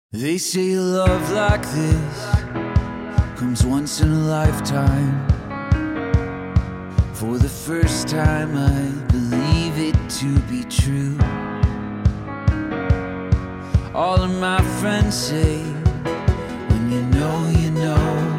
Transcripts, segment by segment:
They say love like this comes once in a lifetime. For the first time I believe it to be true. All of my friends say, when you know, you know.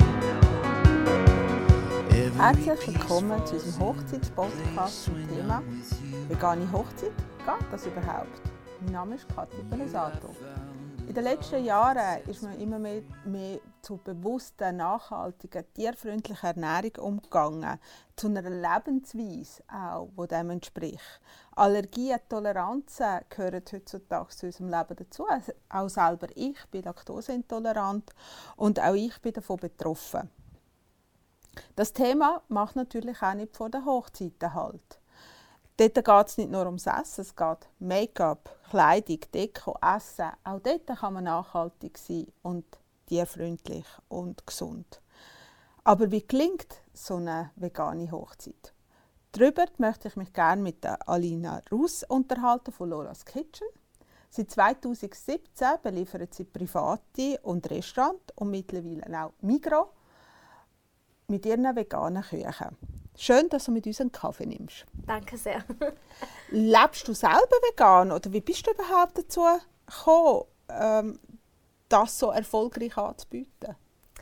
Herzlich willkommen zu unserem Hochzeitspodcast zum Thema vegane Hochzeit. Geht das überhaupt? Mein Name ist Kathi Pelusato. In den letzten Jahren ist man immer mehr zu bewusster, nachhaltiger, tierfreundlicher Ernährung umgegangen. Zu einer Lebensweise auch, die dem entspricht. Allergien, Toleranzen gehören heutzutage zu unserem Leben dazu. Auch selber ich bin laktoseintolerant und auch ich bin davon betroffen. Das Thema macht natürlich auch nicht vor den Hochzeiten halt. Dort geht es nicht nur ums Essen, es geht um Make-up, Kleidung, Deko, Essen. Auch dort kann man nachhaltig sein und tierfreundlich und gesund. Aber wie gelingt so eine vegane Hochzeit? Darüber möchte ich mich gerne mit der Alina Russ unterhalten von Lola's Kitchen. Seit 2017 beliefert sie Private und Restaurants und mittlerweile auch Migros mit ihren veganen Küchen. Schön, dass du mit uns einen Kaffee nimmst. Danke sehr. Lebst du selber vegan oder wie bist du überhaupt dazu gekommen, das so erfolgreich anzubieten?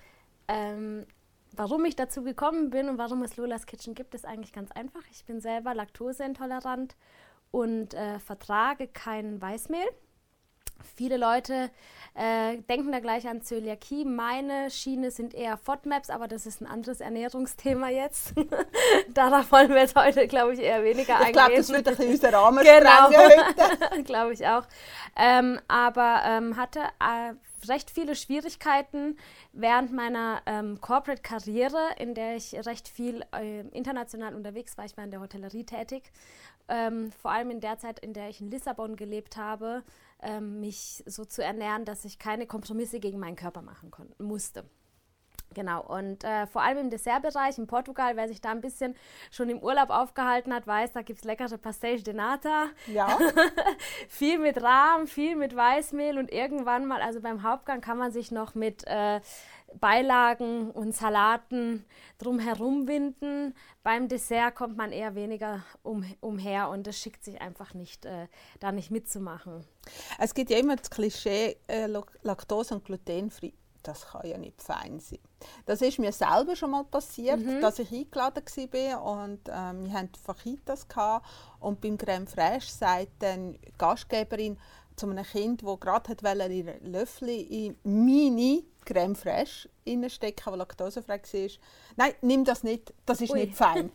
Warum ich dazu gekommen bin und warum es Lola's Kitchen gibt, ist eigentlich ganz einfach. Ich bin selber laktoseintolerant und vertrage kein Weißmehl. Viele Leute denken da gleich an Zöliakie. Meine Schiene sind eher FODMAPs, aber das ist ein anderes Ernährungsthema jetzt. Darauf wollen wir jetzt heute, glaube ich, eher weniger eingehen. Ich glaube, das wird ein bisschen unser Rahmen sprengen heute. Glaube ich auch. Aber hatte recht viele Schwierigkeiten während meiner Corporate-Karriere, in der ich recht viel international unterwegs war. Ich war in der Hotellerie tätig. Vor allem in der Zeit, in der ich in Lissabon gelebt habe, mich so zu ernähren, dass ich keine Kompromisse gegen meinen Körper machen musste. Genau, und vor allem im Dessertbereich in Portugal, wer sich da ein bisschen schon im Urlaub aufgehalten hat, weiß, da gibt es leckere Pastéis de Nata. Ja. Viel mit Rahm, viel mit Weißmehl und irgendwann mal, also beim Hauptgang kann man sich noch mit Beilagen und Salaten drumherum winden. Beim Dessert kommt man eher weniger umher und es schickt sich einfach nicht, da nicht mitzumachen. Es gibt ja immer das Klischee, Laktose- und glutenfrei. Das kann ja nicht fein sein. Das ist mir selber schon mal passiert, dass ich eingeladen war und wir hatten Fajitas und beim Crème Fraîche sagt dann die Gastgeberin zu einem Kind, das gerade ihren Löffel in meine Crème Fraîche reinstecken, die laktosefrei war. Nein, nimm das nicht, das ist nicht fein.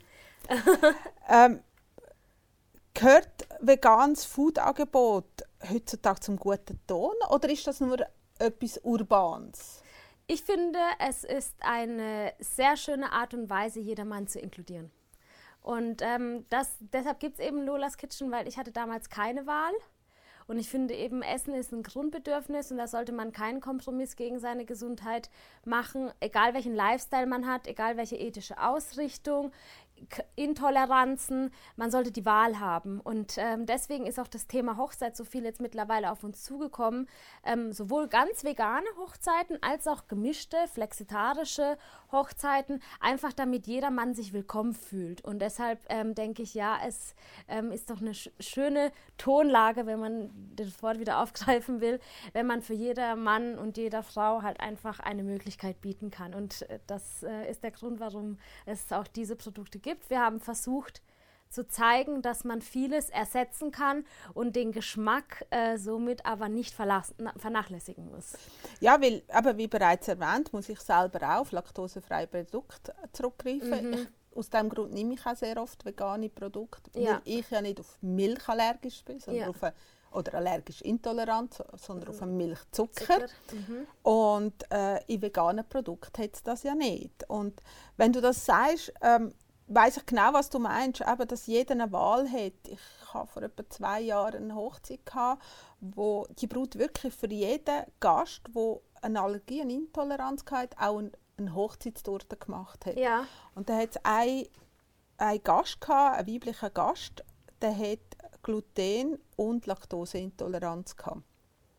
Gehört veganes Foodangebot heutzutage zum guten Ton oder ist das nur etwas Urbanes? Ich finde, es ist eine sehr schöne Art und Weise, jedermann zu inkludieren. Und deshalb gibt es eben Lola's Kitchen, weil ich hatte damals keine Wahl. Und ich finde eben, Essen ist ein Grundbedürfnis und da sollte man keinen Kompromiss gegen seine Gesundheit machen, egal welchen Lifestyle man hat, egal welche ethische Ausrichtung, Intoleranzen, man sollte die Wahl haben. Und deswegen ist auch das Thema Hochzeit so viel jetzt mittlerweile auf uns zugekommen. Sowohl ganz vegane Hochzeiten als auch gemischte, flexitarische Hochzeiten, einfach damit jedermann sich willkommen fühlt. Und deshalb denke ich, ja, es ist doch eine schöne Tonlage, wenn man das Wort wieder aufgreifen will, wenn man für jeder Mann und jeder Frau halt einfach eine Möglichkeit bieten kann. Und das ist der Grund, warum es auch diese Produkte gibt. Wir haben versucht zu zeigen, dass man vieles ersetzen kann und den Geschmack somit aber nicht vernachlässigen muss. Ja, weil, aber wie bereits erwähnt, muss ich selber auch auf laktosefreie Produkte zurückgreifen. Aus diesem Grund nehme ich auch sehr oft vegane Produkte, weil ich ja nicht auf Milch allergisch bin, sondern oder allergisch intolerant, sondern auf einen Milchzucker. Und in veganen Produkten hat es das ja nicht. Und wenn du das sagst, weiss ich genau, was du meinst, eben, dass jeder eine Wahl hat. Ich hatte vor etwa 2 Jahren eine Hochzeit, wo die Braut wirklich für jeden Gast, der eine Allergie, eine Intoleranz hatte, auch eine Hochzeitstorte gemacht hat. Ja. Und da hat es einen Gast gehabt, einen weiblichen Gast, der hat Gluten- und Laktoseintoleranz gehabt.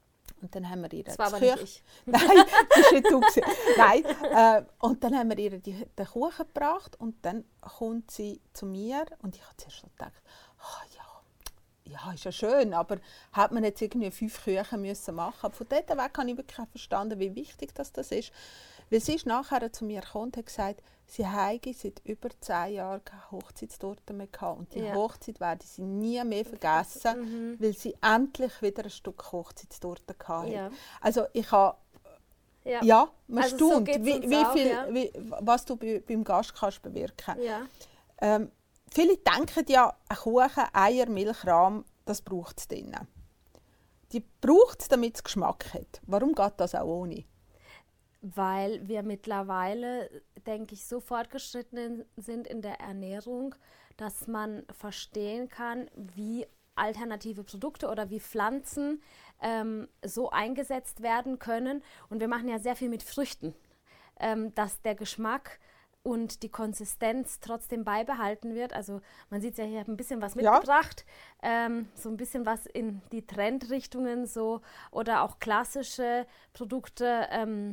Und dann haben wir ihr das war aber nicht ich. Nein, das war nicht du. Nein. Und dann haben wir ihr den Kuchen gebracht und dann kommt sie zu mir und ich habe zuerst so gedacht, ja, ist ja schön, aber hat man jetzt irgendwie 5 Küchen müssen machen. Aber von dort weg habe ich wirklich auch verstanden, wie wichtig das ist. Weil sie ist nachher zu mir gekommen und hat gesagt, sie habe seit über 10 Jahren keine Hochzeitstorte mehr gehabt. Und die Hochzeit werde sie nie mehr vergessen, weil sie endlich wieder ein Stück Hochzeitstorte hatte. Ja. Also ich habe... Ja, man also staunt, so was du beim Gast kannst bewirken. Ja. Viele denken ja, ein Kuchen, Eier, Milch, Rahm, das braucht es drin. Die braucht es, damit es Geschmack hat. Warum geht das auch ohne? Weil wir mittlerweile, denke ich, so fortgeschritten sind in der Ernährung, dass man verstehen kann, wie alternative Produkte oder wie Pflanzen so eingesetzt werden können. Und wir machen ja sehr viel mit Früchten, dass der Geschmack und die Konsistenz trotzdem beibehalten wird. Also man sieht ja, ich habe ein bisschen was mitgebracht, so ein bisschen was in die Trendrichtungen so oder auch klassische Produkte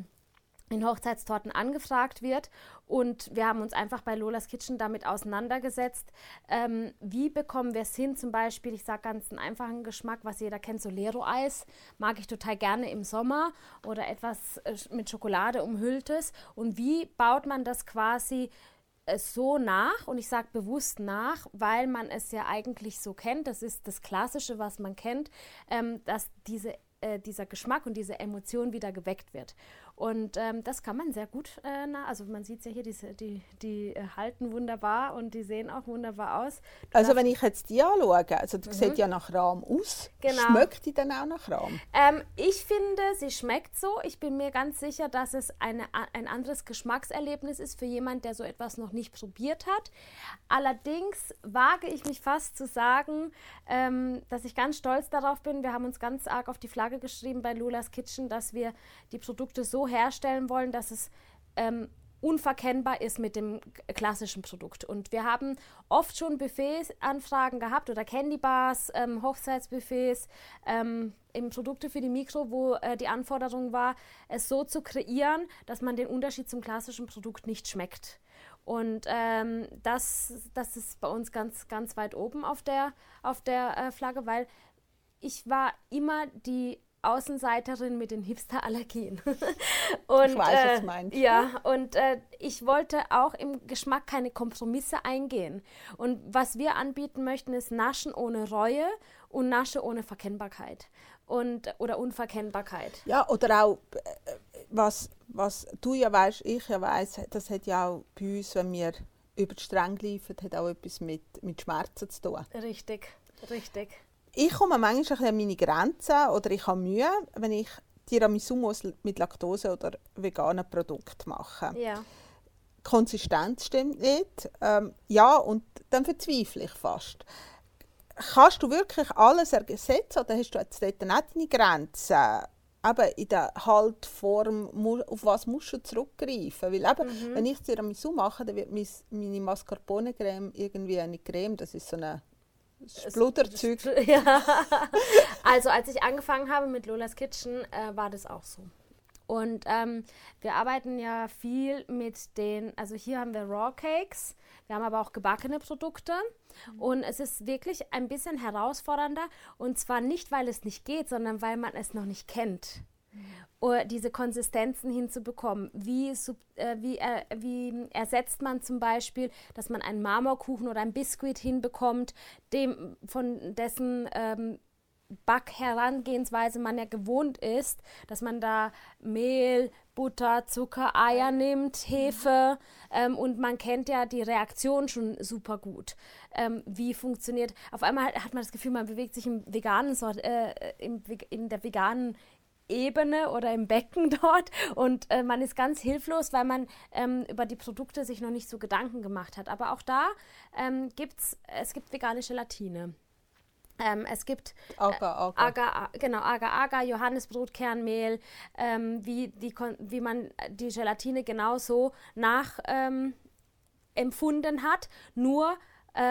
in Hochzeitstorten angefragt wird. Und wir haben uns einfach bei Lolas Kitchen damit auseinandergesetzt, wie bekommen wir es hin, zum Beispiel, ich sage ganz einen einfachen Geschmack, was jeder kennt, Solero-Eis, mag ich total gerne im Sommer oder etwas mit Schokolade umhülltes. Und wie baut man das quasi so nach, und ich sage bewusst nach, weil man es ja eigentlich so kennt, das ist das Klassische, was man kennt, dass dieser Geschmack und diese Emotion wieder geweckt wird. Und das kann man sehr gut also man sieht es ja hier, die halten wunderbar und die sehen auch wunderbar aus. Also wenn ich jetzt die anschaue, also die sieht ja nach Rahm aus, genau. Schmeckt die dann auch nach Rahm? Ich finde, sie schmeckt so. Ich bin mir ganz sicher, dass es ein anderes Geschmackserlebnis ist für jemanden, der so etwas noch nicht probiert hat. Allerdings wage ich mich fast zu sagen, dass ich ganz stolz darauf bin. Wir haben uns ganz arg auf die Flagge geschrieben bei Lolas Kitchen, dass wir die Produkte so herstellen wollen, dass es unverkennbar ist mit dem klassischen Produkt. Und wir haben oft schon Buffet-Anfragen gehabt oder Candy-Bars, Hochzeitsbuffets, eben Produkte für die Mikro, wo die Anforderung war, es so zu kreieren, dass man den Unterschied zum klassischen Produkt nicht schmeckt. Und das ist bei uns ganz, ganz weit oben auf der Flagge, weil ich war immer die Außenseiterin mit den Hipster-Allergien. Und, ich weiß, was du meinst. Ja, und ich wollte auch im Geschmack keine Kompromisse eingehen. Und was wir anbieten möchten, ist Naschen ohne Reue und Nasche ohne Verkennbarkeit oder Unverkennbarkeit. Ja, oder auch, was du ja weißt, ich ja weiss, das hat ja auch bei uns, wenn wir über die Stränge liefern, hat auch etwas mit Schmerzen zu tun. Richtig. Ich komme manchmal an meine Grenzen oder ich habe Mühe, wenn ich Tiramisu mit Laktose oder veganen Produkten mache. Ja. Die Konsistenz stimmt nicht. Ja, und dann verzweifle ich fast. Kannst du wirklich alles ersetzen oder hast du jetzt dort nicht deine Grenzen? Eben in der Haltform, auf was musst du zurückgreifen? Weil eben, wenn ich Tiramisu mache, dann wird meine Mascarpone-Creme irgendwie eine Creme, das ist so eine Spluderzeug. Ja. Also als ich angefangen habe mit Lolas Kitchen, war das auch so. Und wir arbeiten ja viel mit also hier haben wir Raw Cakes, wir haben aber auch gebackene Produkte. Und es ist wirklich ein bisschen herausfordernder. Und zwar nicht, weil es nicht geht, sondern weil man es noch nicht kennt. Diese Konsistenzen hinzubekommen. Wie ersetzt man zum Beispiel, dass man einen Marmorkuchen oder ein Biskuit hinbekommt, von dessen Backherangehensweise man ja gewohnt ist, dass man da Mehl, Butter, Zucker, Eier nimmt, Hefe und man kennt ja die Reaktion schon super gut. Wie funktioniert, auf einmal hat man das Gefühl, man bewegt sich in der veganen Ebene oder im Becken dort und man ist ganz hilflos, weil man über die Produkte sich noch nicht so Gedanken gemacht hat. Aber auch da gibt es vegane Gelatine. Es gibt Agar-Agar, Johannisbrotkernmehl, wie man die Gelatine genauso nachempfunden hat. Nur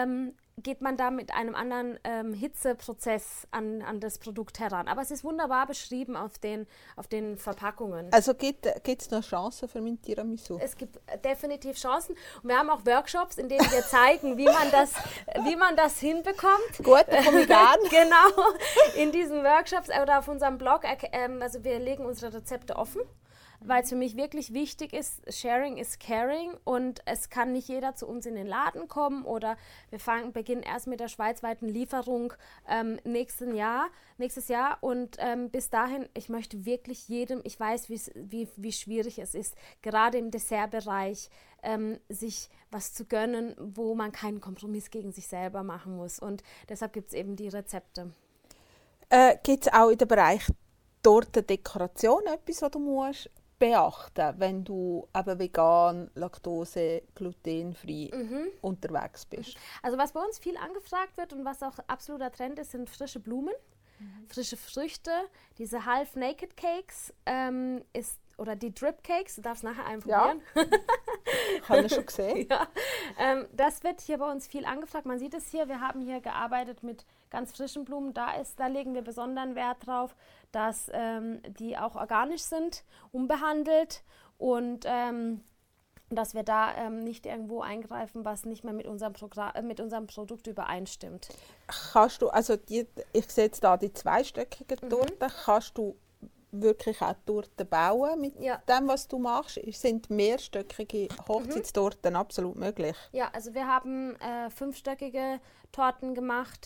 geht man da mit einem anderen Hitzeprozess an das Produkt heran. Aber es ist wunderbar beschrieben auf den Verpackungen. Also gibt es noch Chancen für mein Tiramisu? Es gibt definitiv Chancen. Und wir haben auch Workshops, in denen wir zeigen, wie man das hinbekommt. Gut, da komme ich gerne. Genau, in diesen Workshops oder auf unserem Blog. Also wir legen unsere Rezepte offen, weil es für mich wirklich wichtig ist, Sharing is Caring, und es kann nicht jeder zu uns in den Laden kommen, oder wir beginnen erst mit der schweizweiten Lieferung nächstes Jahr, und bis dahin, ich möchte wirklich jedem, ich weiß, wie schwierig es ist, gerade im Dessertbereich, sich was zu gönnen, wo man keinen Kompromiss gegen sich selber machen muss, und deshalb gibt es eben die Rezepte. Gibt es auch in dem Bereich Tortendekoration etwas, was du musst beachten, wenn du eben vegan, laktose, glutenfrei unterwegs bist? Also was bei uns viel angefragt wird und was auch absoluter Trend ist, sind frische Blumen, frische Früchte, diese Half-Naked Cakes oder die Drip Cakes, du darfst nachher einen probieren. Ja, habe ich schon gesehen. Ja. Das wird hier bei uns viel angefragt. Man sieht es hier, wir haben hier gearbeitet mit ganz frischen Blumen. Da legen wir besonderen Wert drauf, dass die auch organisch sind, unbehandelt, und dass wir da nicht irgendwo eingreifen, was nicht mehr mit unserem Produkt übereinstimmt. Kannst du, also ich sehe jetzt da die zweistöckigen Torten, kannst du wirklich auch Torten bauen mit dem, was du machst? Sind mehrstöckige Hochzeitstorten absolut möglich? Ja, also wir haben 5-stöckige Torten gemacht,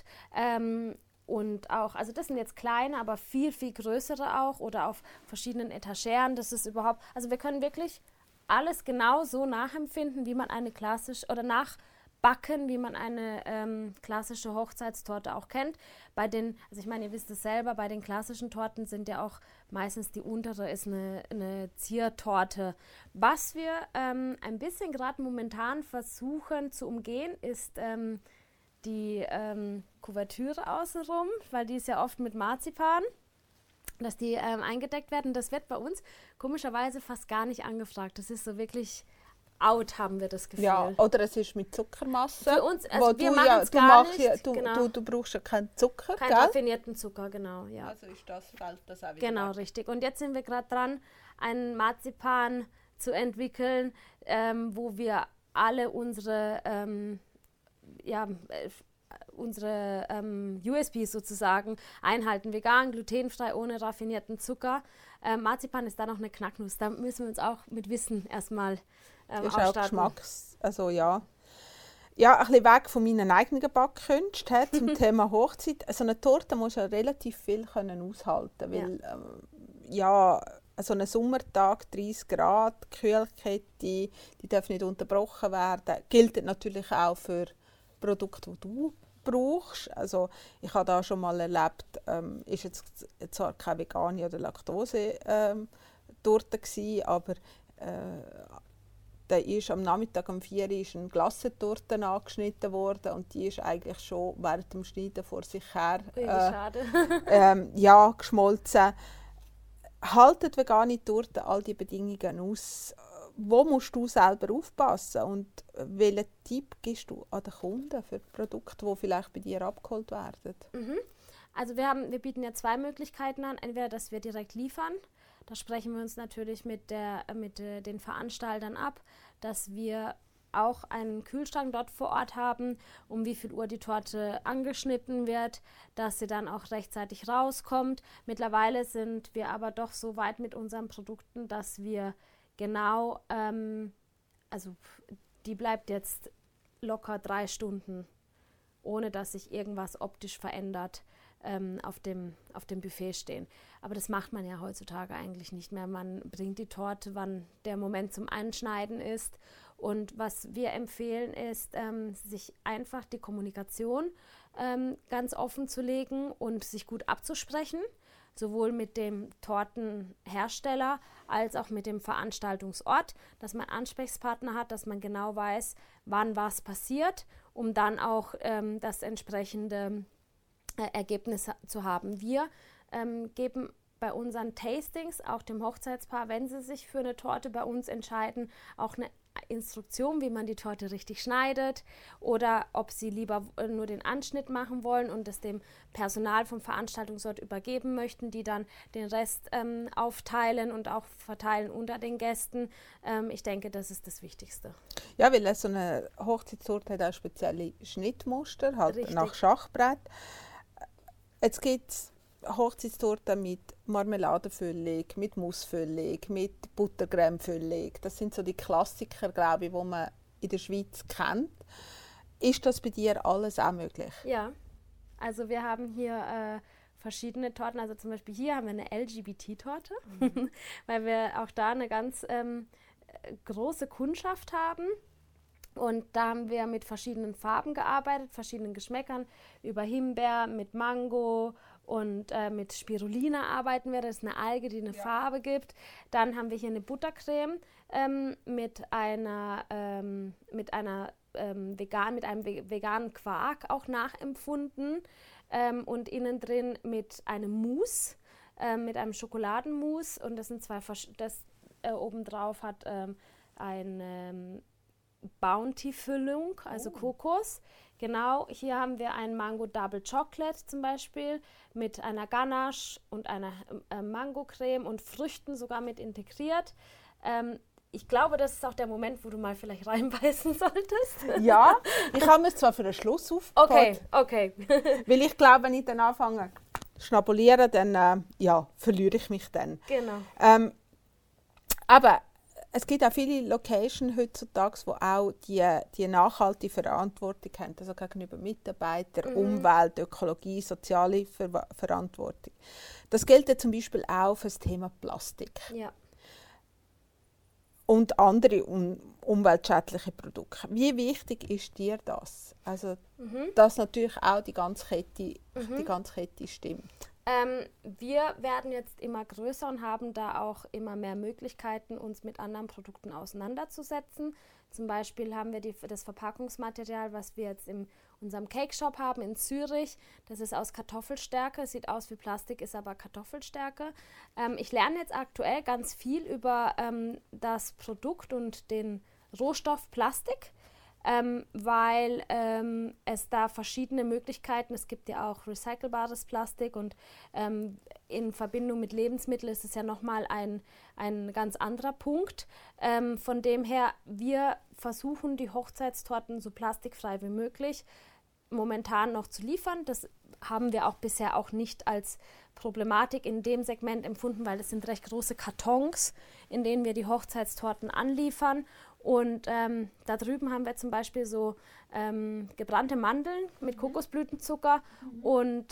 und auch, also das sind jetzt kleine, aber viel, viel größere auch, oder auf verschiedenen Etageren. Das ist überhaupt, also wir können wirklich alles genau so nachempfinden, wie man eine klassische, oder nachbacken, wie man eine klassische Hochzeitstorte auch kennt. Also ich meine, ihr wisst es selber, bei den klassischen Torten sind ja auch meistens die untere ist eine Ziertorte. Was wir ein bisschen gerade momentan versuchen zu umgehen, ist die Kuvertüre außenrum, weil die ist ja oft mit Marzipan, dass die eingedeckt werden. Das wird bei uns komischerweise fast gar nicht angefragt. Das ist so wirklich out, haben wir das Gefühl. Ja, oder es ist mit Zuckermasse. Für uns, also wir machen es gar nicht. Du brauchst ja keinen Zucker, keinen gell? raffinierten Zucker, genau. Ja. Also fällt das auch wieder Genau, weg. richtig. Und jetzt sind wir gerade dran, einen Marzipan zu entwickeln, wo wir alle unsere USPs sozusagen einhalten. Vegan, glutenfrei, ohne raffinierten Zucker. Marzipan ist da noch eine Knacknuss. Da müssen wir uns auch mit Wissen erstmal Das ist auch Geschmacks... Also ja. Ja, ein bisschen weg von meinen eigenen Backkünsten zum Thema Hochzeit. So eine Torte muss ja relativ viel aushalten, weil so ein Sommertag, 30 Grad, Kühlkette, die darf nicht unterbrochen werden. Gilt natürlich auch für Produkte, die du brauchst. Also ich habe da schon mal erlebt, ist jetzt zwar keine vegane oder Laktose-Torte gewesen, aber da ist am Nachmittag um 4 Uhr eine Glassentorte angeschnitten worden, und die ist eigentlich schon während dem Schneiden vor sich her geschmolzen. Halten vegane Torten all die Bedingungen aus? Wo musst du selber aufpassen, und welchen Tipp gibst du an den Kunden für Produkte, die vielleicht bei dir abgeholt werden? Also wir bieten ja 2 Möglichkeiten an. Entweder, dass wir direkt liefern. Da sprechen wir uns natürlich mit den Veranstaltern ab, dass wir auch einen Kühlschrank dort vor Ort haben, um wie viel Uhr die Torte angeschnitten wird, dass sie dann auch rechtzeitig rauskommt. Mittlerweile sind wir aber doch so weit mit unseren Produkten, dass wir genau, also die bleibt jetzt locker 3 Stunden, ohne dass sich irgendwas optisch verändert, auf dem Buffet stehen. Aber das macht man ja heutzutage eigentlich nicht mehr. Man bringt die Torte, wann der Moment zum Einschneiden ist. Und was wir empfehlen, ist, sich einfach die Kommunikation ganz offen zu legen und sich gut abzusprechen, sowohl mit dem Tortenhersteller als auch mit dem Veranstaltungsort, dass man Ansprechpartner hat, dass man genau weiß, wann was passiert, um dann auch das entsprechende Ergebnis zu haben. Wir geben bei unseren Tastings auch dem Hochzeitspaar, wenn sie sich für eine Torte bei uns entscheiden, auch eine Instruktion, wie man die Torte richtig schneidet oder ob sie lieber nur den Anschnitt machen wollen und es dem Personal vom Veranstaltungsort übergeben möchten, die dann den Rest aufteilen und auch verteilen unter den Gästen. Ich denke, das ist das Wichtigste. Ja, weil so eine Hochzeitstorte hat auch spezielle Schnittmuster, halt Richtig. nach Schachbrett. Jetzt gibt es Hochzeitstorten mit Marmeladenfüllung, mit Mussfüllung, mit Buttercremefüllung. Das sind so die Klassiker, glaube ich, die man in der Schweiz kennt. Ist das bei dir alles auch möglich? Ja, also wir haben hier verschiedene Torten. Also zum Beispiel hier haben wir eine LGBT-Torte, weil wir auch da eine ganz große Kundschaft haben. Und da haben wir mit verschiedenen Farben gearbeitet, verschiedenen Geschmäckern, über Himbeer, mit Mango und mit Spirulina arbeiten wir. Das ist eine Alge, die eine Farbe gibt. Dann haben wir hier eine Buttercreme mit einem veganen Quark auch nachempfunden und innen drin mit einem Mousse, mit einem Schokoladenmousse. Und das sind obendrauf hat ein Bounty-Füllung, also Kokos. Genau, hier haben wir ein Mango Double Chocolate zum Beispiel mit einer Ganache und einer Mangocreme und Früchten sogar mit integriert. Ich glaube, das ist auch der Moment, wo du mal vielleicht reinbeißen solltest. Ja, ich habe es zwar für den Schluss aufgehört. Okay. Weil ich glaube, wenn ich dann anfange zu schnabulieren, dann verliere ich mich dann. Genau. Aber es gibt auch viele Locations heutzutage, die auch die nachhaltige Verantwortung haben, also gegenüber Mitarbeitern, Umwelt, Ökologie, soziale Verantwortung. Das gilt ja zum Beispiel auch für das Thema Plastik. Ja. Und andere umweltschädliche Produkte. Wie wichtig ist dir das? Also, dass natürlich auch die ganze Kette stimmt. Wir werden jetzt immer größer und haben da auch immer mehr Möglichkeiten, uns mit anderen Produkten auseinanderzusetzen. Zum Beispiel haben wir das Verpackungsmaterial, was wir jetzt in unserem Cake Shop haben in Zürich. Das ist aus Kartoffelstärke, sieht aus wie Plastik, ist aber Kartoffelstärke. Ich lerne jetzt aktuell ganz viel über das Produkt und den Rohstoff Plastik. Weil es da verschiedene Möglichkeiten, es gibt ja auch recycelbares Plastik und in Verbindung mit Lebensmitteln ist es ja nochmal ein ganz anderer Punkt. Von dem her, wir versuchen die Hochzeitstorten so plastikfrei wie möglich momentan noch zu liefern. Das haben wir auch bisher auch nicht als Problematik in dem Segment empfunden, weil das sind recht große Kartons, in denen wir die Hochzeitstorten anliefern. Und da drüben haben wir zum Beispiel so gebrannte Mandeln mit Kokosblütenzucker und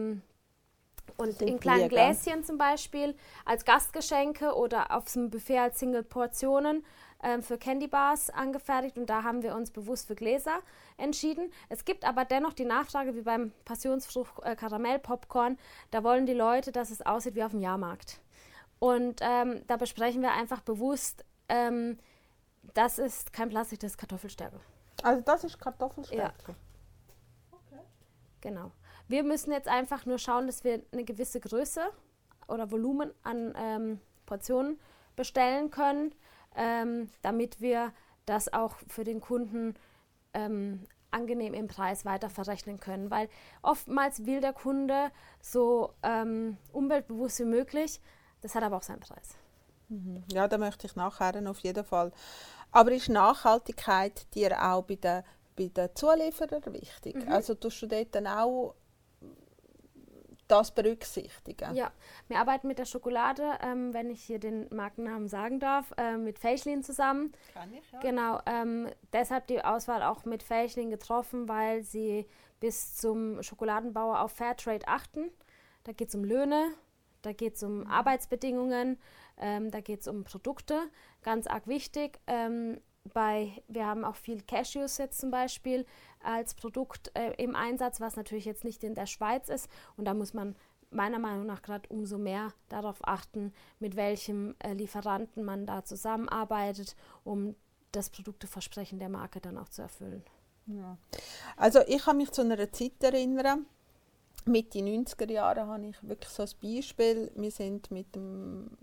in kleinen Gläschen zum Beispiel als Gastgeschenke oder auf so einem Buffet als Single-Portionen für Candy Bars angefertigt. Und da haben wir uns bewusst für Gläser entschieden. Es gibt aber dennoch die Nachfrage, wie beim Passionsfrucht Karamell-Popcorn. Da wollen die Leute, dass es aussieht wie auf dem Jahrmarkt. Und da besprechen wir einfach bewusst, das ist kein Plastik, das ist Kartoffelstärke. Also das ist Kartoffelstärke? Ja. Okay. Genau. Wir müssen jetzt einfach nur schauen, dass wir eine gewisse Größe oder Volumen an Portionen bestellen können, damit wir das auch für den Kunden angenehm im Preis weiter verrechnen können. Weil oftmals will der Kunde so umweltbewusst wie möglich, das hat aber auch seinen Preis. Ja, da möchte ich nachher auf jeden Fall. Aber ist Nachhaltigkeit dir auch bei den Zulieferern wichtig? Also tust du dort dann auch das berücksichtigen? Ja, wir arbeiten mit der Schokolade, wenn ich hier den Markennamen sagen darf, mit Feichlin zusammen. Kann ich, ja. Genau, deshalb die Auswahl auch mit Feichlin getroffen, weil sie bis zum Schokoladenbauer auf Fairtrade achten. Da geht es um Löhne, da geht es um Arbeitsbedingungen, da geht es um Produkte, ganz arg wichtig. Wir haben auch viel Cashews jetzt zum Beispiel als Produkt im Einsatz, was natürlich jetzt nicht in der Schweiz ist. Und da muss man meiner Meinung nach gerade umso mehr darauf achten, mit welchem Lieferanten man da zusammenarbeitet, um das Produkteversprechen der Marke dann auch zu erfüllen. Ja. Also ich kann mich zu einer Zeit erinnern, Mitte 90er Jahre habe ich wirklich so ein Beispiel. Wir sind mit dem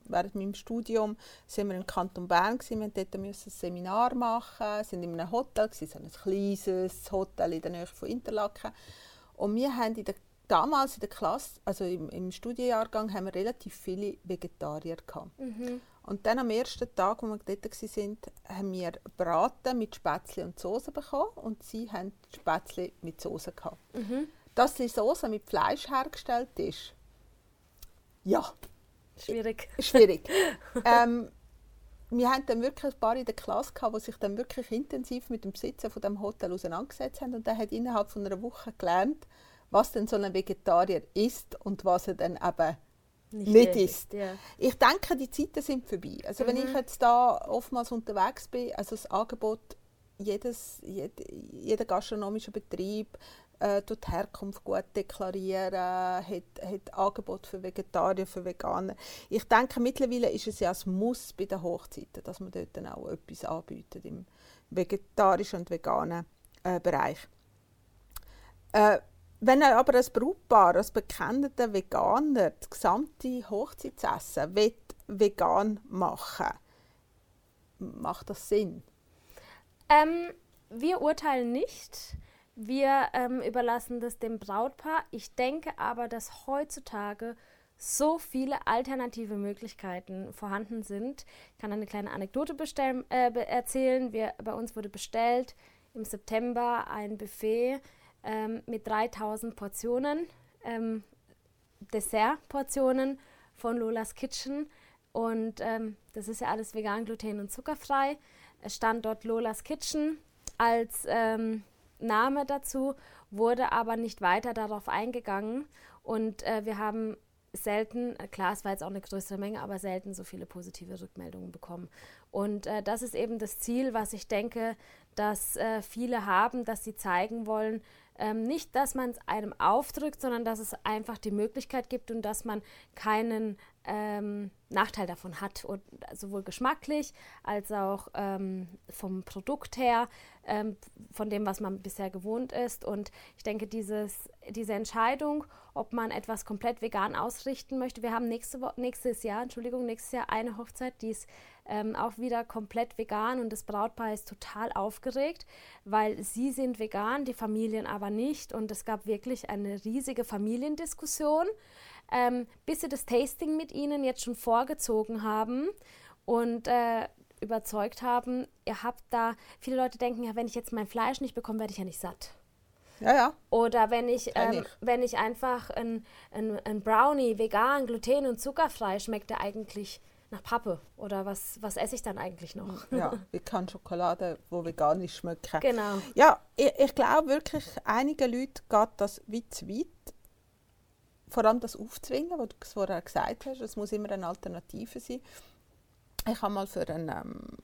während meinem Studium sind wir im Kanton Bern gewesen. Wir mussten dort ein Seminar machen, sind in einem Hotel gewesen, so ein kleines Hotel in der Nähe von Interlaken. Und wir haben damals in der Klasse, also im Studienjahrgang, haben wir relativ viele Vegetarier gehabt. Mhm. Und dann am ersten Tag, wo wir dort waren, haben wir Braten mit Spätzle und Soße bekommen und sie haben Spätzle mit Soße gehabt. Mhm. Dass die Soße mit Fleisch hergestellt ist, ja. Schwierig. Schwierig. Wir hatten dann wirklich ein paar in der Klasse gehabt, die sich dann wirklich intensiv mit dem Besitzen von dem Hotel auseinandergesetzt haben. Und der hat innerhalb von einer Woche gelernt, was denn so ein Vegetarier isst und was er dann eben nicht isst. Ja. Ich denke, die Zeiten sind vorbei. Also wenn ich jetzt da oftmals unterwegs bin, also das Angebot, jeder gastronomische Betrieb die Herkunft gut deklarieren, hat Angebot für Vegetarier, für Veganer. Ich denke, mittlerweile ist es ja ein Muss bei den Hochzeiten, dass man dort dann auch etwas anbietet im vegetarischen und veganen Bereich. Wenn aber ein Brautpaar, als bekennender Veganer, das gesamte Hochzeitsessen vegan machen, macht das Sinn? Wir urteilen nicht. Wir überlassen das dem Brautpaar. Ich denke aber, dass heutzutage so viele alternative Möglichkeiten vorhanden sind. Ich kann eine kleine Anekdote erzählen. Bei uns wurde bestellt im September ein Buffet mit 3000 Portionen, Dessertportionen von Lolas Kitchen. Und das ist ja alles vegan, gluten- und zuckerfrei. Es stand dort Lolas Kitchen als Name dazu, wurde aber nicht weiter darauf eingegangen. Und wir haben selten, klar, es war jetzt auch eine größere Menge, aber selten so viele positive Rückmeldungen bekommen. Und das ist eben das Ziel, was ich denke, dass viele haben, dass sie zeigen wollen, nicht, dass man es einem aufdrückt, sondern dass es einfach die Möglichkeit gibt und dass man keinen Nachteil davon hat, und sowohl geschmacklich als auch vom Produkt her, von dem, was man bisher gewohnt ist. Und ich denke, diese Entscheidung, ob man etwas komplett vegan ausrichten möchte, wir haben nächstes Jahr eine Hochzeit, die ist auch wieder komplett vegan, und das Brautpaar ist total aufgeregt, weil sie sind vegan, die Familien aber nicht, und es gab wirklich eine riesige Familiendiskussion, bis sie das Tasting mit ihnen jetzt schon vorgezogen haben und überzeugt haben, ihr habt da, viele Leute denken, ja, wenn ich jetzt mein Fleisch nicht bekomme, werde ich ja nicht satt. Ja, ja. Oder wenn ich einfach ein Brownie vegan, gluten- und zuckerfrei, schmeckt der eigentlich nach Pappe. Oder was esse ich dann eigentlich noch? Ja, wie kann Schokolade, die vegan ist, schmecken. Genau. Ja, ich glaube wirklich, einigen Leuten geht das wie zu weit. Vor allem das Aufzwingen, was du vorher gesagt hast, es muss immer eine Alternative sein. Ich habe mal für eine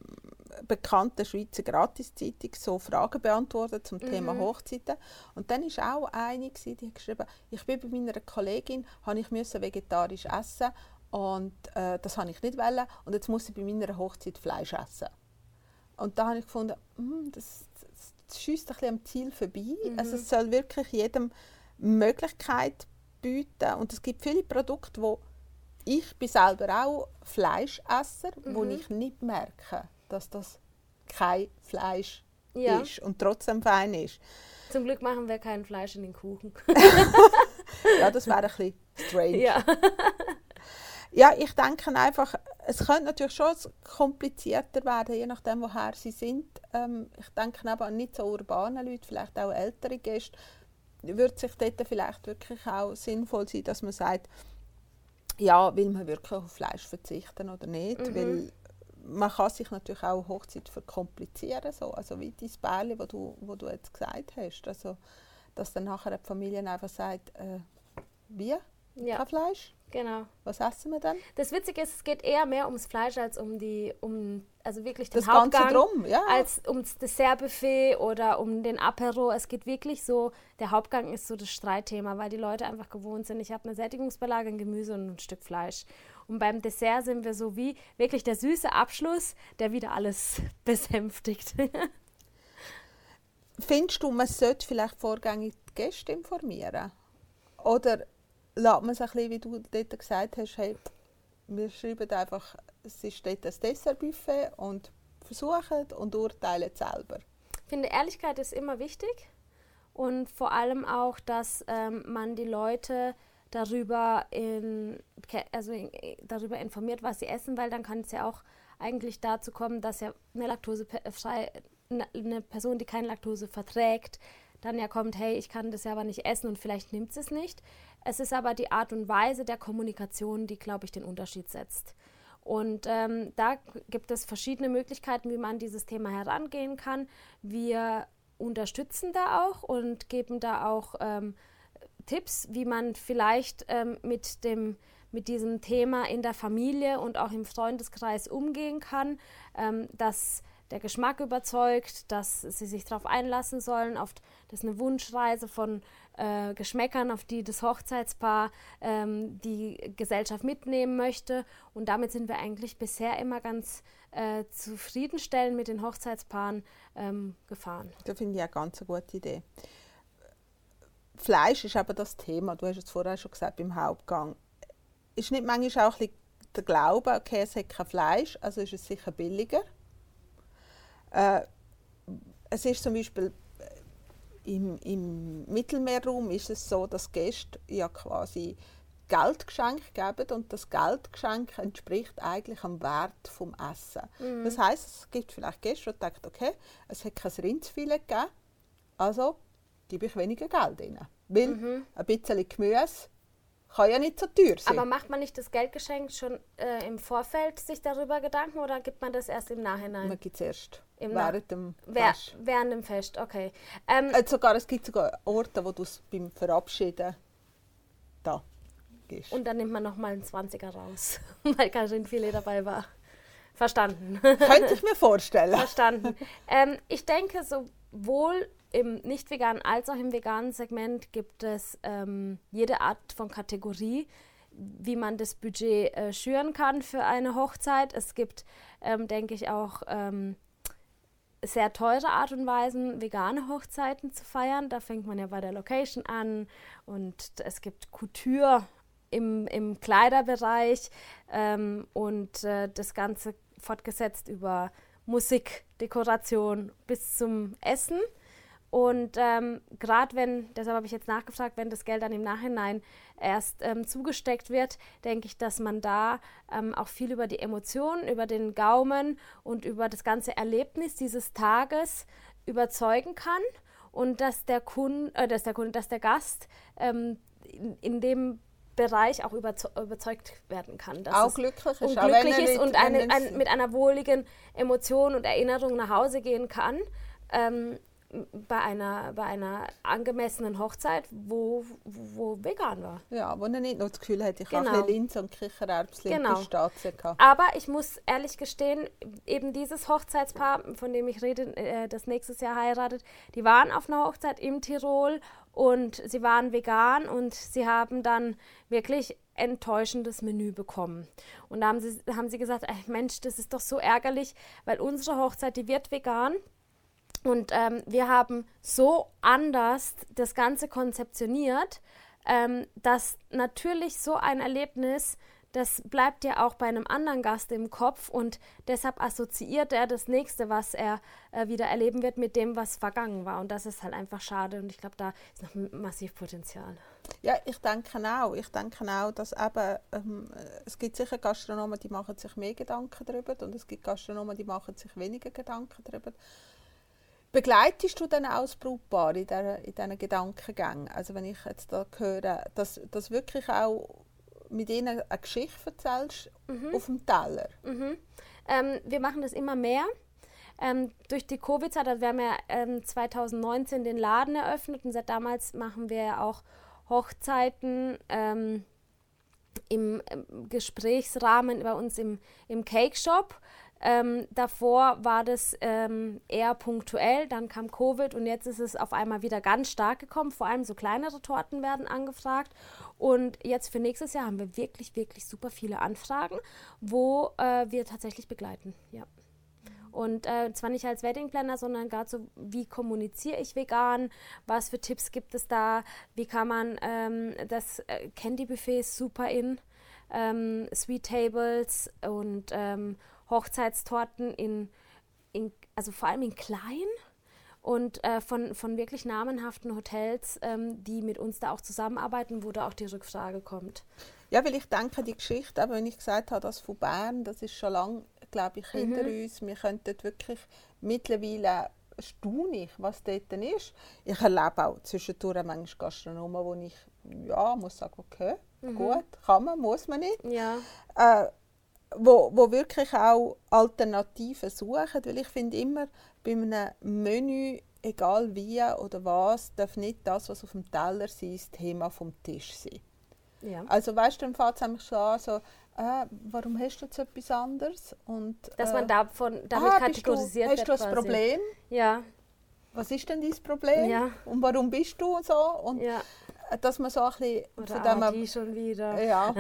bekannte Schweizer Gratiszeitung so Fragen beantwortet zum Thema Hochzeiten. Und dann war auch eine, die hat geschrieben, ich bin bei meiner Kollegin, ich musste vegetarisch essen und das wollte ich nicht wollen, und jetzt muss ich bei meiner Hochzeit Fleisch essen. Und da habe ich gefunden, das schiesst ein bisschen am Ziel vorbei. Also es soll wirklich jedem Möglichkeit bieten, und es gibt viele Produkte, wo ich bin selber auch Fleischesser, wo ich nicht merke, dass das kein Fleisch ist und trotzdem fein ist. Zum Glück machen wir kein Fleisch in den Kuchen. Ja, das wäre ein bisschen strange. Ja. Ja, ich denke einfach, es könnte natürlich schon komplizierter werden, je nachdem, woher sie sind. Ich denke aber an nicht so urbane Leute, vielleicht auch ältere Gäste, würde sich dort vielleicht wirklich auch sinnvoll sein, dass man sagt, ja, will man wirklich auf Fleisch verzichten oder nicht, weil man kann sich natürlich auch Hochzeit verkomplizieren, so. Also wie dein Bärli, wo du jetzt gesagt hast, also, dass dann nachher die Familie einfach sagt, wie? Ja. Kein Fleisch? Genau. Was essen wir dann? Das Witzige ist, es geht eher mehr ums Fleisch als also wirklich den das Hauptgang, Ganze drum, ja. als ums Dessertbuffet oder um den Apero. Es geht wirklich so, der Hauptgang ist so das Streitthema, weil die Leute einfach gewohnt sind, ich habe eine Sättigungsbeilage, ein Gemüse und ein Stück Fleisch. Und beim Dessert sind wir so wie wirklich der süße Abschluss, der wieder alles besänftigt. Findest du, man sollte vielleicht vorgängig die Gäste informieren? Oder lässt man es ein bisschen, wie du dort gesagt hast, hey, wir schreiben einfach, es ist dort ein Dessertbuffet und versuchen und urteilen selber. Ich finde, Ehrlichkeit ist immer wichtig und vor allem auch, dass man die Leute darüber informiert, was sie essen, weil dann kann es ja auch eigentlich dazu kommen, dass ja eine Person, die keine Laktose verträgt, dann ja kommt, hey, ich kann das ja aber nicht essen und vielleicht nimmt es nicht. Es ist aber die Art und Weise der Kommunikation, die, glaube ich, den Unterschied setzt. Und da gibt es verschiedene Möglichkeiten, wie man dieses Thema herangehen kann. Wir unterstützen da auch und geben da auch Tipps, wie man vielleicht mit diesem Thema in der Familie und auch im Freundeskreis umgehen kann, dass der Geschmack überzeugt, dass sie sich darauf einlassen sollen. Das ist eine Wunschreise von Geschmäckern, auf die das Hochzeitspaar die Gesellschaft mitnehmen möchte. Und damit sind wir eigentlich bisher immer ganz zufriedenstellend mit den Hochzeitspaaren gefahren. Das finde ich eine ganz gute Idee. Fleisch ist aber das Thema, du hast es vorher schon gesagt, beim Hauptgang. Ist nicht manchmal auch ein bisschen der Glaube, okay, es hat kein Fleisch, also ist es sicher billiger? Es ist zum Beispiel im Mittelmeerraum ist es so, dass Gäste ja quasi Geldgeschenk geben und das Geldgeschenk entspricht eigentlich am Wert des Essen. Mhm. Das heisst, es gibt vielleicht Gäste, die denken, okay, es hat kein Rindsfilet gegeben, also gebe ich weniger Geld rein. Weil ein bisschen Gemüse kann ja nicht so teuer sein. Aber macht man nicht das Geldgeschenk schon im Vorfeld sich darüber Gedanken oder gibt man das erst im Nachhinein? Man gibt es erst während dem Fest. Während dem Fest, okay. Es gibt sogar Orte, wo du es beim Verabschieden da gibst. Und dann nimmt man nochmal einen 20er raus, weil kein Rindfilet dabei war. Verstanden. Könnte ich mir vorstellen. Verstanden. Ich denke, sowohl im nicht-veganen als auch im veganen Segment gibt es jede Art von Kategorie, wie man das Budget schüren kann für eine Hochzeit. Es gibt, denke ich, auch sehr teure Art und Weisen, vegane Hochzeiten zu feiern. Da fängt man ja bei der Location an und es gibt Couture im Kleiderbereich und das Ganze fortgesetzt über Musik, Dekoration bis zum Essen. Und gerade deshalb habe ich jetzt nachgefragt, wenn das Geld dann im Nachhinein erst zugesteckt wird, denke ich, dass man da auch viel über die Emotionen, über den Gaumen und über das ganze Erlebnis dieses Tages überzeugen kann und dass der Gast in dem Bereich auch überzeugt werden kann. Dass auch glücklich ist. Und glücklich ist und mit einer wohligen Emotion und Erinnerung nach Hause gehen kann. Bei einer angemessenen Hochzeit, wo vegan war. Ja, wo er nicht nur das Gefühl hat, ich habe ein Linse und Kichererbsen und Pistazien gehabt. Aber ich muss ehrlich gestehen, eben dieses Hochzeitspaar, von dem ich rede, das nächstes Jahr heiratet, die waren auf einer Hochzeit im Tirol und sie waren vegan und sie haben dann wirklich enttäuschendes Menü bekommen. Und da haben sie gesagt, Mensch, das ist doch so ärgerlich, weil unsere Hochzeit, die wird vegan. Und wir haben so anders das Ganze konzeptioniert, dass natürlich so ein Erlebnis, das bleibt ja auch bei einem anderen Gast im Kopf und deshalb assoziiert er das Nächste, was er wieder erleben wird, mit dem, was vergangen war. Und das ist halt einfach schade und ich glaube, da ist noch massiv Potenzial. Ja, ich denke auch, dass eben, es gibt sicher Gastronomen, die machen sich mehr Gedanken darüber und es gibt Gastronomen, die machen sich weniger Gedanken darüber. Begleitest du dann auch das Brautpaar in diesen Gedankengängen? Also wenn ich jetzt da höre, dass wirklich auch mit ihnen eine Geschichte erzählst auf dem Teller? Wir machen das immer mehr. Durch die Covid-Zeit, also wir haben ja 2019 den Laden eröffnet und seit damals machen wir ja auch Hochzeiten im Gesprächsrahmen bei uns im Cake Shop. Davor war das eher punktuell, dann kam Covid und jetzt ist es auf einmal wieder ganz stark gekommen. Vor allem so kleinere Torten werden angefragt. Und jetzt für nächstes Jahr haben wir wirklich, wirklich super viele Anfragen, wo wir tatsächlich begleiten. Ja. Und zwar nicht als Wedding Planner, sondern gerade so, wie kommuniziere ich vegan, was für Tipps gibt es da, wie kann man das Candy Buffet ist super in. Sweet Tables und Hochzeitstorten also vor allem in klein und von wirklich namenhaften Hotels, die mit uns da auch zusammenarbeiten, wo da auch die Rückfrage kommt. Ja, weil ich denke, die Geschichte, aber wenn ich gesagt habe, das von Bern, das ist schon lange, glaube ich, hinter uns. Wir können dort wirklich mittlerweile erstaunlich, was dort ist. Ich erlebe auch zwischendurch manchmal Gastronomen, wo ich muss sagen, okay, gut, kann man, muss man nicht. Ja. Wo wirklich auch Alternativen suchen, weil ich finde immer, bei einem Menü, egal wie oder was, darf nicht das, was auf dem Teller ist, das Thema vom Tisch sein. Ja. Also weißt du, dann fängt es schon an, so, warum hast du jetzt etwas anderes? Und, dass man damit kategorisiert wird. Hast du ein Problem? Ja. Was ist denn dein Problem? Ja. Und warum bist du so? Und dass man so ein bisschen... Oder von die schon wieder. Ja.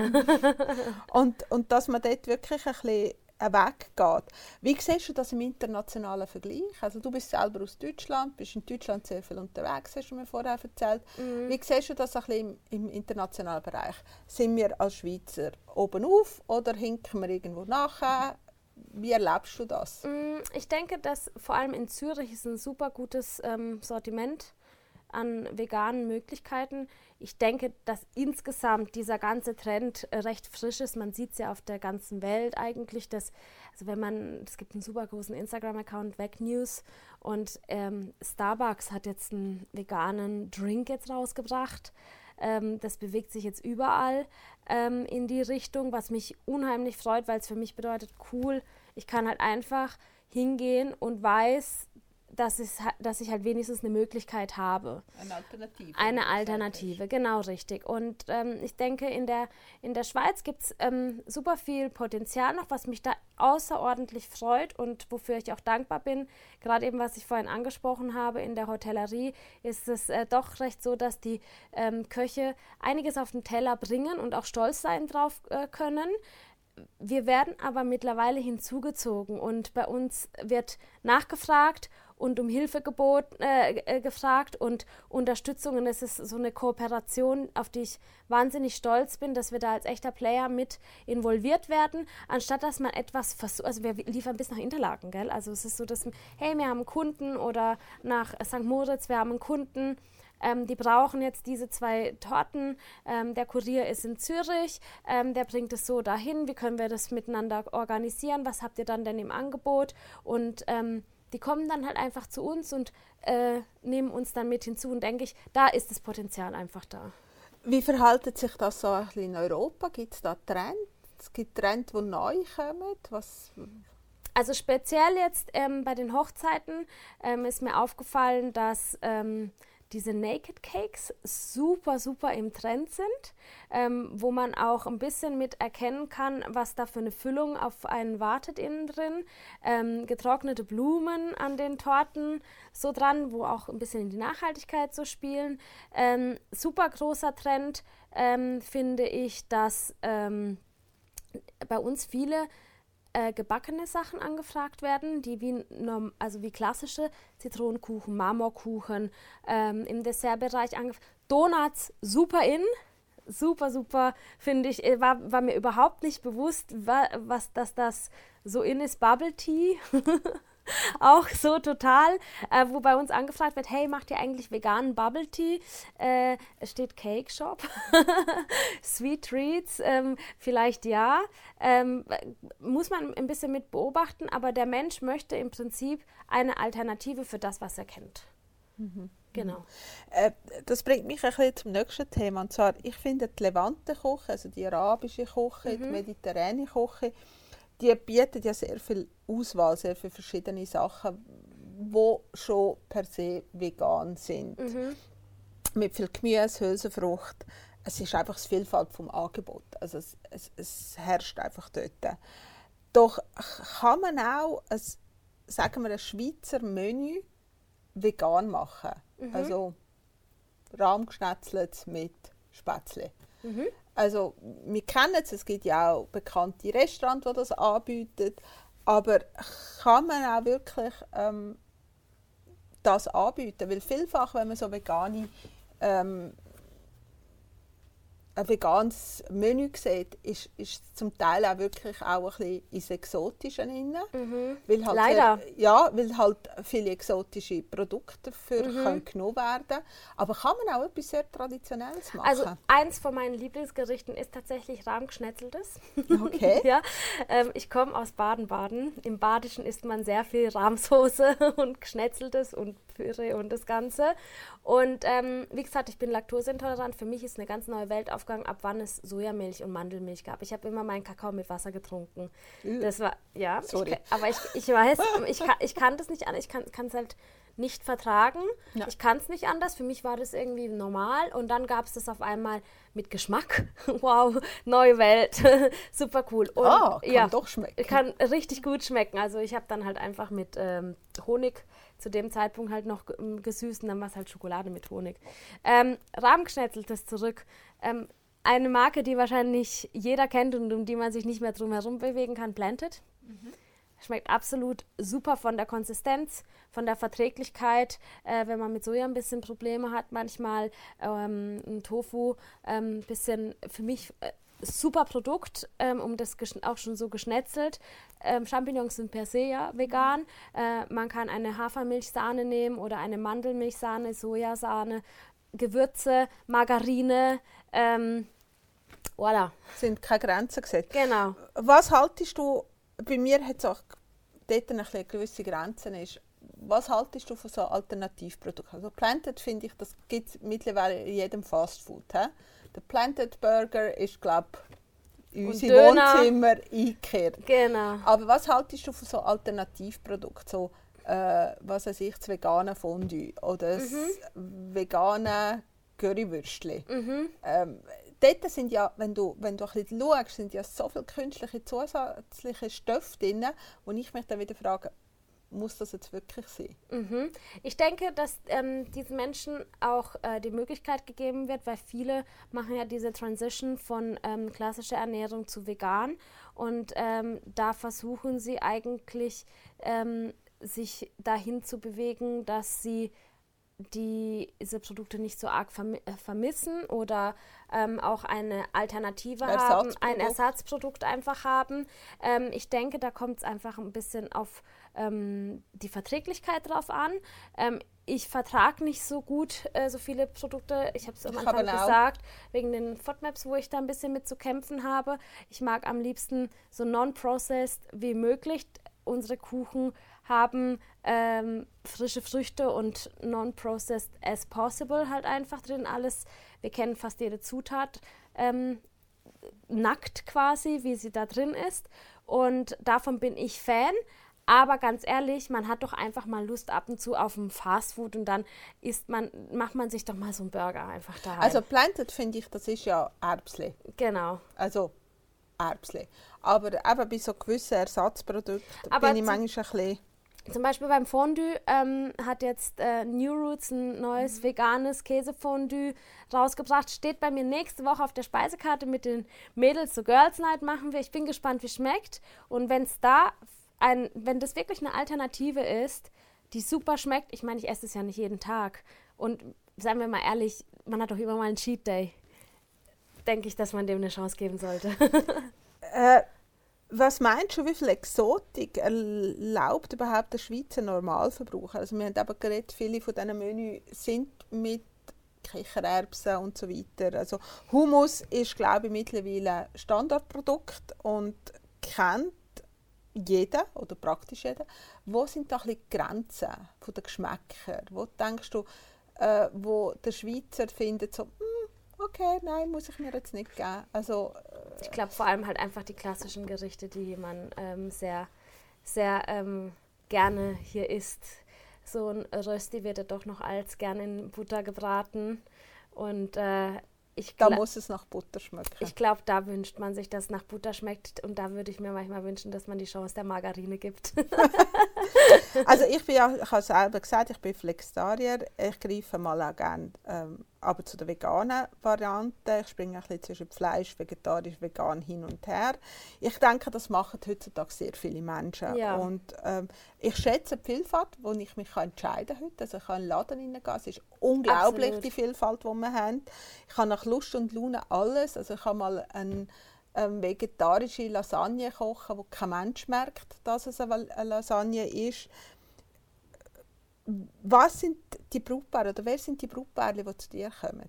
und dass man dort wirklich ein bisschen weggeht. Wie siehst du das im internationalen Vergleich? Also du bist selber aus Deutschland, bist in Deutschland sehr viel unterwegs, hast du mir vorher erzählt. Wie siehst du das ein bisschen im internationalen Bereich? Sind wir als Schweizer oben auf oder hinken wir irgendwo nachher? Wie erlebst du das? Ich denke, dass vor allem in Zürich ist ein super gutes Sortiment an veganen Möglichkeiten. Ich denke, dass insgesamt dieser ganze Trend recht frisch ist. Man sieht es ja auf der ganzen Welt eigentlich, dass, also es gibt einen super großen Instagram-Account, Vegnews, und Starbucks hat jetzt einen veganen Drink jetzt rausgebracht. Das bewegt sich jetzt überall in die Richtung, was mich unheimlich freut, weil es für mich bedeutet, cool, ich kann halt einfach hingehen und weiß, dass ich halt wenigstens eine Möglichkeit habe. Eine Alternative, genau richtig. Und ich denke, in der Schweiz gibt es super viel Potenzial noch, was mich da außerordentlich freut und wofür ich auch dankbar bin. Gerade eben, was ich vorhin angesprochen habe, in der Hotellerie ist es doch recht so, dass die Köche einiges auf den Teller bringen und auch stolz sein drauf können. Wir werden aber mittlerweile hinzugezogen und bei uns wird nachgefragt und um Hilfe gefragt und Unterstützung. Und es ist so eine Kooperation, auf die ich wahnsinnig stolz bin, dass wir da als echter Player mit involviert werden, anstatt dass man etwas versucht. Also wir liefern bis nach Interlaken, gell? Also es ist so, dass, hey, wir haben einen Kunden, oder nach St. Moritz, wir haben einen Kunden, die brauchen jetzt diese 2 Torten, der Kurier ist in Zürich, der bringt es so dahin, wie können wir das miteinander organisieren, was habt ihr dann denn im Angebot? Und die kommen dann halt einfach zu uns und nehmen uns dann mit hinzu, und denke ich, da ist das Potenzial einfach da. Wie verhält sich das so ein bisschen in Europa? Gibt es da Trends? Es gibt Trends, die neu kommen? Also speziell jetzt bei den Hochzeiten ist mir aufgefallen, dass diese Naked Cakes super, super im Trend sind, wo man auch ein bisschen mit erkennen kann, was da für eine Füllung auf einen wartet innen drin. Getrocknete Blumen an den Torten so dran, wo auch ein bisschen in die Nachhaltigkeit so spielen. Super großer Trend finde ich, dass bei uns viele gebackene Sachen angefragt werden, die wie klassische Zitronenkuchen, Marmorkuchen, im Dessertbereich Donuts, super in, super, super, finde ich, war mir überhaupt nicht bewusst, was das so in ist, Bubble Tea, auch so total, wo bei uns angefragt wird, hey, macht ihr eigentlich veganen Bubble Tea? Es steht Cake Shop, Sweet Treats, vielleicht ja, muss man ein bisschen mit beobachten, aber der Mensch möchte im Prinzip eine Alternative für das, was er kennt. Genau. Das bringt mich ein bisschen zum nächsten Thema, und zwar, ich finde die Levante-Küche, also die arabische Küche, die mediterrane Küche, die bieten ja sehr viel Auswahl, sehr viele verschiedene Sachen, die schon per se vegan sind. Mit viel Gemüse, Hülsenfrucht. Es ist einfach die Vielfalt vom Angebot. Also es herrscht einfach dort. Doch kann man auch ein Schweizer Menü vegan machen. Also rahmgeschnetzelt mit Spätzle. Also, wir kennen es gibt ja auch bekannte Restaurants, die das anbieten, aber kann man auch wirklich das anbieten? Weil vielfach, wenn man so vegane ein veganes Menü sieht, ist zum Teil auch wirklich auch ein bisschen ins Exotische rein. Weil halt Leider. Weil halt viele exotische Produkte dafür können genommen werden. Aber kann man auch etwas sehr Traditionelles machen? Also eins von meinen Lieblingsgerichten ist tatsächlich Rahmgeschnetzeltes. Okay. Ja, ich komme aus Baden-Baden. Im Badischen isst man sehr viel Rahmsoße und Geschnetzeltes und Püree und das Ganze. Und wie gesagt, ich bin laktoseintolerant. Für mich ist eine ganz neue Welt aufgegangen, ab wann es Sojamilch und Mandelmilch gab. Ich habe immer meinen Kakao mit Wasser getrunken. Das war, ja, Sorry. aber ich weiß, ich kann das nicht anders. Ich kann es halt nicht vertragen. Ja. Ich kann es nicht anders. Für mich war das irgendwie normal. Und dann gab es das auf einmal mit Geschmack. Wow, neue Welt. Super cool. Und, kann doch schmecken. Kann richtig gut schmecken. Also ich habe dann halt einfach mit Honig zu dem Zeitpunkt halt noch gesüßt und dann war es halt Schokolade mit Honig. Rahmgeschnetzeltes zurück. Eine Marke, die wahrscheinlich jeder kennt und um die man sich nicht mehr drum herum bewegen kann, Planted. Schmeckt absolut super von der Konsistenz, von der Verträglichkeit. Wenn man mit Soja ein bisschen Probleme hat, manchmal ein Tofu, ein bisschen für mich super Produkt, das auch schon so geschnetzelt. Champignons sind per se ja vegan. Man kann eine Hafermilchsahne nehmen oder eine Mandelmilchsahne, Sojasahne, Gewürze, Margarine. Voilà. Sind keine Grenzen gesetzt. Genau. Was haltest du, bei mir hat es auch dort eine gewisse Grenzen ist, was haltest du von so Alternativprodukten? Also Planted finde ich, das gibt es mittlerweile in jedem Fastfood. He? Der Planted Burger ist, glaube ich, in unsere Wohnzimmer eingekehrt. Genau. Aber was haltest du von so Alternativprodukten? So, was weiß ich, das vegane Fondue oder das vegane Currywürstchen. Dort sind ja, wenn du ein bisschen schaust, sind ja so viele künstliche zusätzliche Stoffe drin, wo ich mich dann wieder frage, muss das jetzt wirklich sein? Ich denke, dass diesen Menschen auch die Möglichkeit gegeben wird, weil viele machen ja diese Transition von klassischer Ernährung zu vegan und da versuchen sie eigentlich sich dahin zu bewegen, dass sie diese Produkte nicht so arg vermissen oder auch eine Alternative haben, ein Ersatzprodukt einfach haben. Ich denke, da kommt es einfach ein bisschen auf die Verträglichkeit drauf an. Ich vertrage nicht so gut so viele Produkte. Ich habe es am Anfang gesagt, wegen den FODMAPs, wo ich da ein bisschen mit zu kämpfen habe. Ich mag am liebsten so non-processed wie möglich. Unsere Kuchen haben frische Früchte und non-processed as possible halt einfach drin. Alles, wir kennen fast jede Zutat nackt quasi, wie sie da drin ist. Und davon bin ich Fan. Aber ganz ehrlich, man hat doch einfach mal Lust ab und zu auf ein Fastfood und dann macht man sich doch mal so einen Burger einfach da. Also Planted finde ich, das ist ja Erbsli. Genau. Also Erbsli. Aber eben bei so gewissen Ersatzprodukten bin ich manchmal ein bisschen... Zum Beispiel beim Fondue hat jetzt New Roots ein neues veganes Käsefondue rausgebracht. Steht bei mir nächste Woche auf der Speisekarte mit den Mädels. So Girls Night machen wir. Ich bin gespannt, wie es schmeckt. Und wenn das wirklich eine Alternative ist, die super schmeckt, ich meine, ich esse es ja nicht jeden Tag. Und seien wir mal ehrlich, man hat doch immer mal einen Cheat Day. Denke ich, dass man dem eine Chance geben sollte. Was meinst du, wie viel Exotik erlaubt überhaupt der Schweizer Normalverbraucher? Also wir haben eben geredet, viele von diesen Menüs sind mit Kichererbsen und so weiter. Also Hummus ist, glaube ich, mittlerweile ein Standardprodukt und kennt jeder oder praktisch jeder. Wo sind da die Grenzen der Geschmäcker? Wo denkst du, wo der Schweizer findet so, okay, nein, muss ich mir jetzt nicht geben. Also, ich glaube vor allem halt einfach die klassischen Gerichte, die man sehr, sehr gerne hier isst. So ein Rösti wird ja doch noch als gerne in Butter gebraten. Und da muss es nach Butter schmecken. Ich glaube, da wünscht man sich, dass es nach Butter schmeckt. Und da würde ich mir manchmal wünschen, dass man die Chance der Margarine gibt. Also ich habe selber gesagt, ich bin Flexitarier. Ich greife mal auch gerne aber zu der veganen Variante. Ich springe ein bisschen zwischen Fleisch, vegetarisch, vegan hin und her. Ich denke, das machen heutzutage sehr viele Menschen. Ja. Und ich schätze die Vielfalt, wo ich mich entscheiden kann heute. Also ich kann in den Laden reingehen. Es ist unglaublich, Absolut. die Vielfalt, die wir haben. Ich habe nach Lust und Laune alles. Also ich habe mal eine vegetarische Lasagne kochen, wo kein Mensch merkt, dass es eine Lasagne ist. Was sind die Brautpaare oder wer sind die Brautpaare, die zu dir kommen?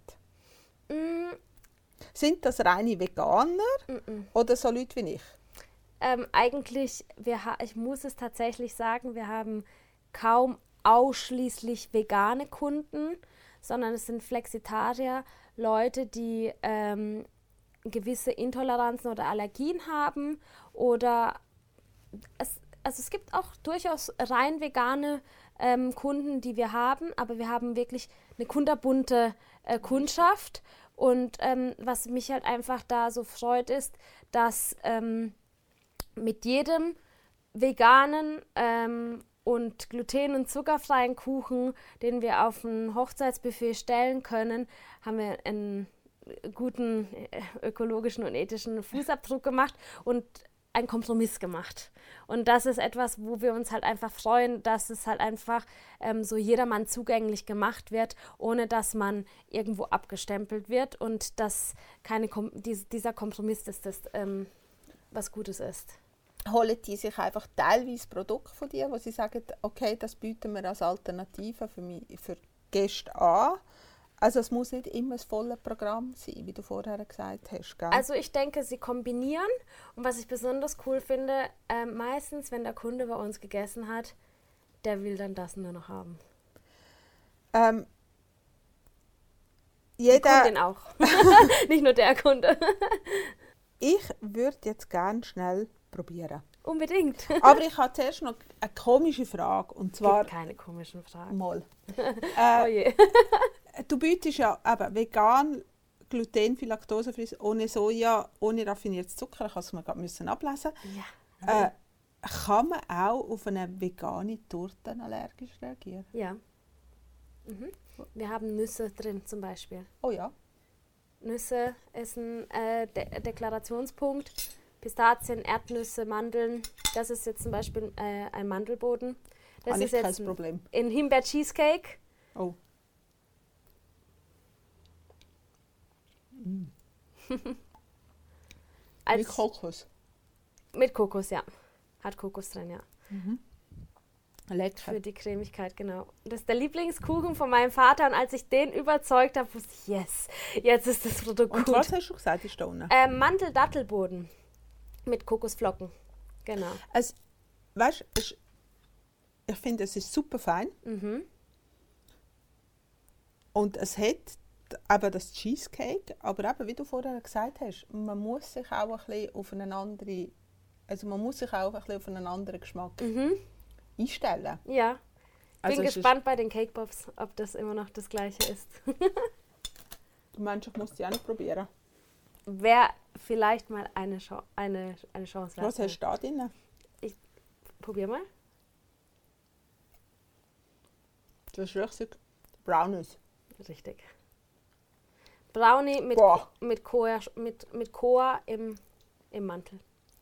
Sind das reine Veganer oder so Leute wie ich? Eigentlich, ich muss es tatsächlich sagen, wir haben kaum ausschließlich vegane Kunden, sondern es sind Flexitarier, Leute, die gewisse Intoleranzen oder Allergien haben oder es gibt auch durchaus rein vegane Kunden, die wir haben, aber wir haben wirklich eine kunterbunte Kundschaft und was mich halt einfach da so freut ist, dass mit jedem veganen und gluten- und zuckerfreien Kuchen, den wir auf ein Hochzeitsbuffet stellen können, haben wir einen guten ökologischen und ethischen Fußabdruck gemacht und einen Kompromiss gemacht. Und das ist etwas, wo wir uns halt einfach freuen, dass es halt einfach so jedermann zugänglich gemacht wird, ohne dass man irgendwo abgestempelt wird und dass dieser Kompromiss, dass das was Gutes ist. Holen die sich einfach teilweise Produkte von dir, wo sie sagen, okay, das bieten wir als Alternative für Gäste an. Also es muss nicht immer das volle Programm sein, wie du vorher gesagt hast, gell? Also ich denke, sie kombinieren und was ich besonders cool finde, meistens, wenn der Kunde bei uns gegessen hat, der will dann das nur noch haben. Die Kundin auch, nicht nur der Kunde. Ich würde jetzt gerne schnell probieren. Unbedingt. Aber ich habe zuerst noch eine komische Frage. Und zwar, gibt keine komischen Fragen. Mal. Oh je. Du bietest ja eben vegan, glutenfrei, laktosefrei, ohne Soja, ohne raffiniertes Zucker. Ich musste es gerade ablesen. Ja. Kann man auch auf eine vegane Torte allergisch reagieren? Ja. Mhm. Wir haben Nüsse drin zum Beispiel. Oh ja. Nüsse ist ein Deklarationspunkt. Pistazien, Erdnüsse, Mandeln. Das ist jetzt zum Beispiel ein Mandelboden. Das ist jetzt kein Problem. Ein Himbeer-Cheesecake. Oh. Mit Kokos? Mit Kokos, ja. Hat Kokos drin, ja. Lecker. Für die Cremigkeit, genau. Das ist der Lieblingskuchen von meinem Vater und als ich den überzeugt habe, wusste ich, yes, jetzt ist das Produkt gut. Und was hast du gesagt, ist da unten? Mandel-Dattelboden mit Kokosflocken, genau. Also, weißt du, ich finde, es ist super fein. Und es hat eben das Cheesecake, aber eben, wie du vorher gesagt hast, man muss sich auch ein bisschen auf einen anderen, auf einen anderen Geschmack einstellen. Ja. Also Bin gespannt bei den Cake Pops, ob das immer noch das Gleiche ist. Du meinst, ich muss die auch noch probieren? Wäre vielleicht mal eine Chance wert. Was hast du da drin? Probier mal. Das ist richtig Brownies. Richtig. Brownie mit Koa im Mantel.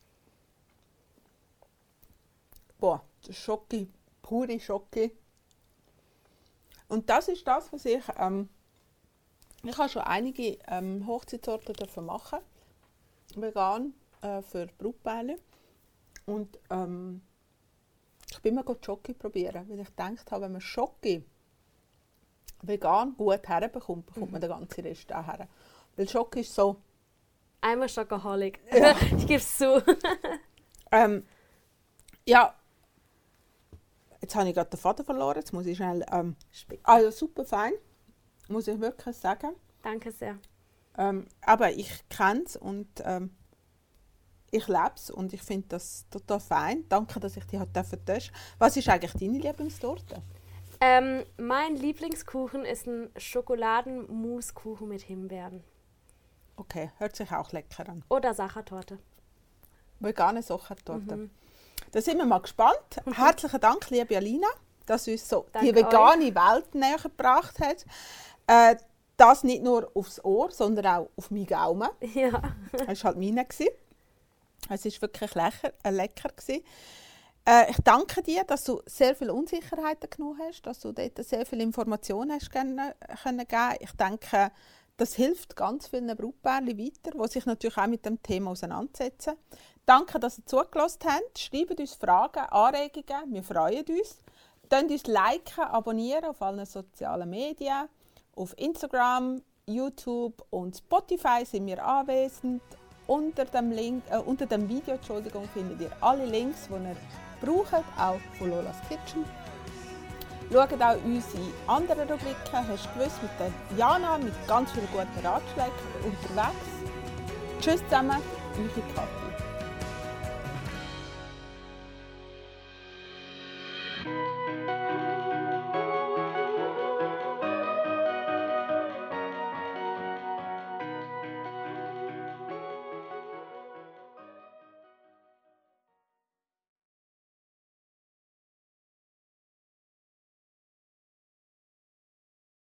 Boah, das ist Schoki, pure Schoki. Und das ist das, was ich habe schon einige Hochzeitssorten dürfen machen, vegan, für Brautpaare. Und ich bin mal Schoki probieren, weil ich gedacht habe, wenn man Schoki vegan gut herbekommt, bekommt man den ganzen Rest auch her. Weil Schoki ist so... Einmal Schokoholic. Ja. Ich gebe es zu. Ja, jetzt habe ich gerade den Faden verloren. Jetzt muss ich schnell... also super fein, muss ich wirklich sagen. Danke sehr. Aber ich kenne es und ich lebe es und ich finde das total fein. Danke, dass ich die testen durfte. Was ist eigentlich deine Lieblingstorte? Mein Lieblingskuchen ist ein Schokoladenmuskuchen mit Himbeeren. Okay, hört sich auch lecker an. Oder Sachertorte. Vegane Sachertorte. Da sind wir mal gespannt. Herzlichen Dank, liebe Alina, dass du uns so Danke die vegane Welt näher gebracht hast. Das nicht nur aufs Ohr, sondern auch auf meinen Gaumen. Ja. Das war halt meine. Es war wirklich lecker. Ich danke dir, dass du sehr viele Unsicherheiten genommen hast, dass du dort sehr viele Informationen hast können geben. Ich denke, das hilft ganz vielen Brautpaaren weiter, die sich natürlich auch mit dem Thema auseinandersetzen. Danke, dass ihr zugelassen habt. Schreibt uns Fragen, Anregungen, wir freuen uns. Könnt uns liken, abonnieren auf allen sozialen Medien. Auf Instagram, YouTube und Spotify sind wir anwesend. Unter dem Video findet ihr alle Links, die ihr braucht, auch von Lolas Kitchen. Schaut auch unsere anderen Rubriken, hast du gewusst, mit der Jana, mit ganz vielen guten Ratschlägen unterwegs. Tschüss zusammen, eure Kathi.